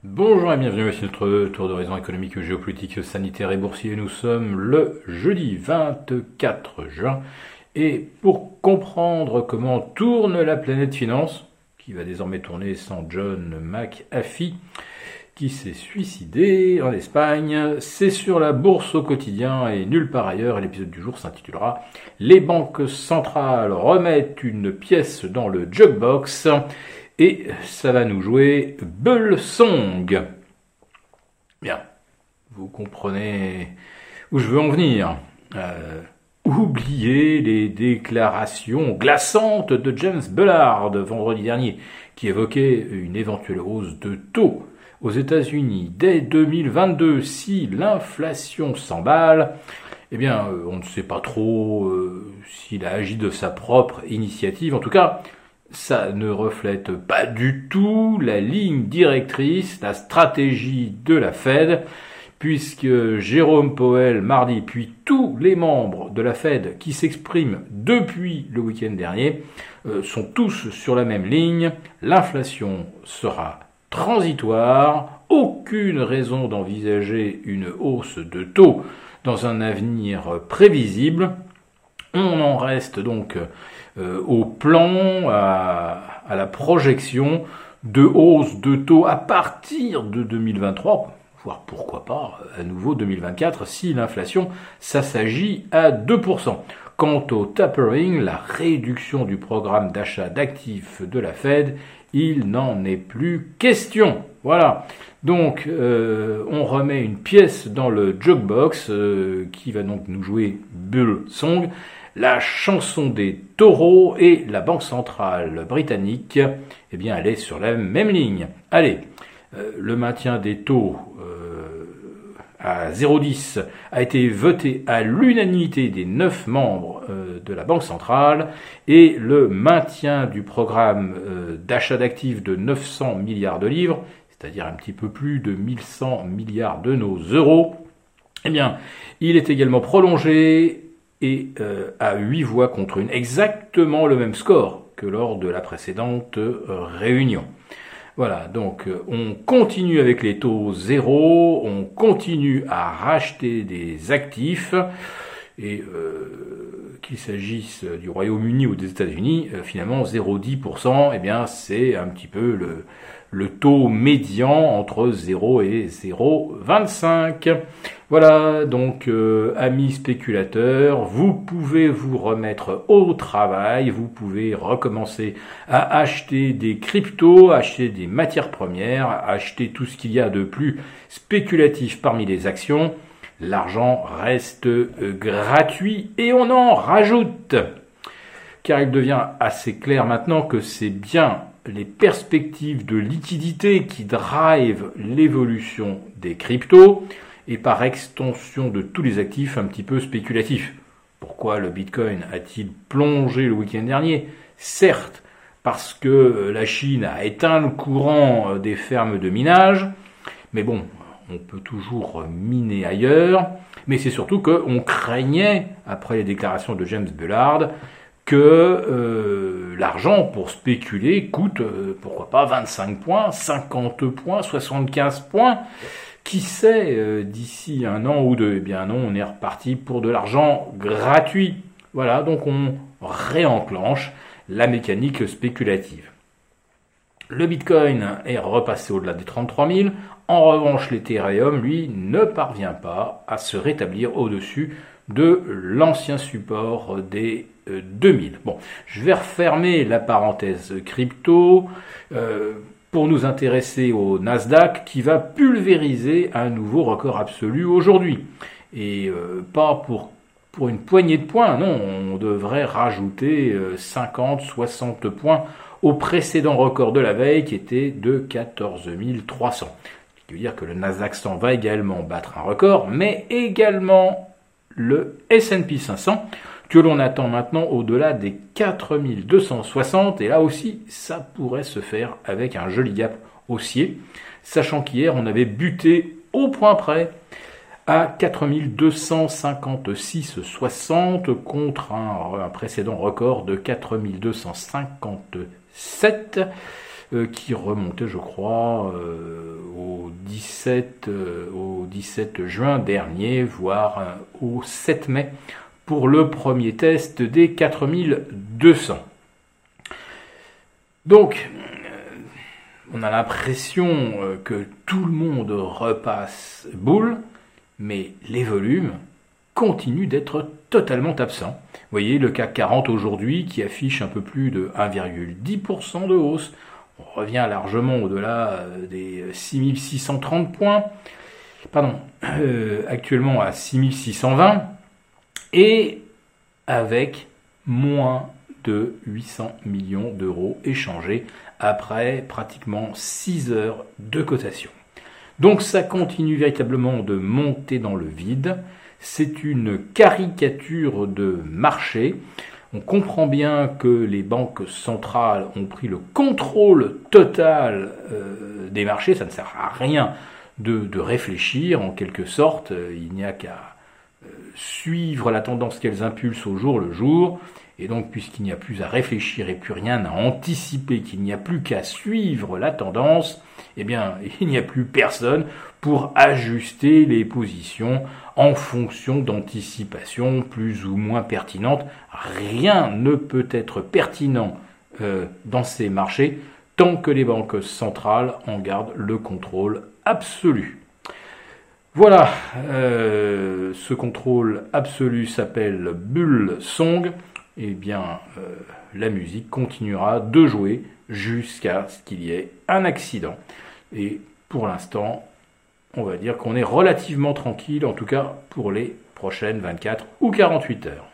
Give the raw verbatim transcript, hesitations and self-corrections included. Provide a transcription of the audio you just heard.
Bonjour et bienvenue à notre tour d'horizon économique, géopolitique, sanitaire et boursier. Nous sommes le jeudi vingt-quatre juin et pour comprendre comment tourne la planète finance, qui va désormais tourner sans John McAfee, qui s'est suicidé en Espagne, c'est sur la bourse au quotidien et nulle part ailleurs. Et l'épisode du jour s'intitulera « Les banques centrales remettent une pièce dans le jukebox ». Et ça va nous jouer Bull Song. Bien, vous comprenez où je veux en venir. Euh, oubliez les déclarations glaçantes de James Bullard vendredi dernier, qui évoquait une éventuelle hausse de taux aux États-Unis dès deux mille vingt-deux si l'inflation s'emballe. Eh bien, on ne sait pas trop euh, s'il a agi de sa propre initiative. En tout cas, ça ne reflète pas du tout la ligne directrice, la stratégie de la Fed, puisque Jérôme Powell, mardi, puis tous les membres de la Fed qui s'expriment depuis le week-end dernier, euh, sont tous sur la même ligne. L'inflation sera transitoire, aucune raison d'envisager une hausse de taux dans un avenir prévisible. On en reste donc euh, au plan, à, à la projection de hausse de taux à partir de deux mille vingt-trois, voire pourquoi pas à nouveau deux mille vingt-quatre si l'inflation s'assagit à deux pour cent. Quant au tapering, la réduction du programme d'achat d'actifs de la Fed, il n'en est plus question. Voilà. Donc, euh, on remet une pièce dans le jukebox euh, qui va donc nous jouer Bull Song, la chanson des taureaux, et la Banque centrale britannique, eh bien, elle est sur la même ligne. Allez, euh, le maintien des taux euh, à zéro virgule dix a été voté à l'unanimité des neuf membres euh, de la Banque centrale, et le maintien du programme euh, d'achat d'actifs de neuf cents milliards de livres, c'est-à-dire un petit peu plus de mille cent milliards de nos euros, eh bien, il est également prolongé et euh, à huit voix contre une, exactement le même score que lors de la précédente euh, réunion. Voilà, donc euh, on continue avec les taux zéro, on continue à racheter des actifs, et euh, qu'il s'agisse du Royaume-Uni ou des États-Unis, euh, finalement zéro virgule dix pour cent, eh bien c'est un petit peu le, le taux médian entre zéro et zéro virgule vingt-cinq. Voilà, donc euh, amis spéculateurs, vous pouvez vous remettre au travail, vous pouvez recommencer à acheter des cryptos, acheter des matières premières, acheter tout ce qu'il y a de plus spéculatif parmi les actions. L'argent reste euh, gratuit et on en rajoute. Car il devient assez clair maintenant que c'est bien les perspectives de liquidité qui drivent l'évolution des cryptos et par extension de tous les actifs un petit peu spéculatifs. Pourquoi le Bitcoin a-t-il plongé le week-end dernier ? Certes, parce que la Chine a éteint le courant des fermes de minage, mais bon, on peut toujours miner ailleurs, mais c'est surtout qu'on craignait, après les déclarations de James Bullard, que euh, l'argent pour spéculer coûte, euh, pourquoi pas, vingt-cinq points, cinquante points, soixante-quinze points. Qui sait, euh, d'ici un an ou deux, eh bien non, on est reparti pour de l'argent gratuit. Voilà, donc on réenclenche la mécanique spéculative. Le Bitcoin est repassé au-delà des trente-trois mille. En revanche, l'Ethereum, lui, ne parvient pas à se rétablir au-dessus de l'ancien support des euh, deux mille. Bon, je vais refermer la parenthèse crypto euh, pour nous intéresser au Nasdaq qui va pulvériser un nouveau record absolu aujourd'hui. Et euh, pas pour, pour une poignée de points, non, on devrait rajouter euh, cinquante, soixante points au précédent record de la veille qui était de quatorze mille trois cents. Ce qui veut dire que le Nasdaq cent va également battre un record, mais également le S and P cinq cents, que l'on attend maintenant au-delà des quatre mille deux cent soixante, et là aussi, ça pourrait se faire avec un joli gap haussier, sachant qu'hier, on avait buté au point près à quatre mille deux cent cinquante-six virgule soixante contre un, un précédent record de quatre mille deux cent cinquante-sept, euh, qui remontait, je crois, euh, au dix-sept, euh, au dix-sept juin dernier, voire euh, au sept mai, pour le premier test des quatre mille deux cents. Donc, on a l'impression que tout le monde repasse boule, mais les volumes continuent d'être totalement absents. Vous voyez le C A C quarante aujourd'hui qui affiche un peu plus de un virgule dix pour cent de hausse. On revient largement au-delà des six mille six cent trente points. Pardon, euh, actuellement à six mille six cent vingt. Et avec moins de huit cents millions d'euros échangés après pratiquement six heures de cotation. Donc ça continue véritablement de monter dans le vide. C'est une caricature de marché. On comprend bien que les banques centrales ont pris le contrôle total euh, des marchés. Ça ne sert à rien de, de réfléchir en quelque sorte. Il n'y a qu'à euh, suivre la tendance qu'elles impulsent au jour le jour. Et donc, puisqu'il n'y a plus à réfléchir et plus rien à anticiper, qu'il n'y a plus qu'à suivre la tendance, eh bien, il n'y a plus personne pour ajuster les positions en fonction d'anticipations plus ou moins pertinentes. Rien ne peut être pertinent euh, dans ces marchés tant que les banques centrales en gardent le contrôle absolu. Voilà, euh, ce contrôle absolu s'appelle Bull Song. Eh bien, euh, la musique continuera de jouer jusqu'à ce qu'il y ait un accident. Et pour l'instant, on va dire qu'on est relativement tranquille, en tout cas pour les prochaines vingt-quatre ou quarante-huit heures.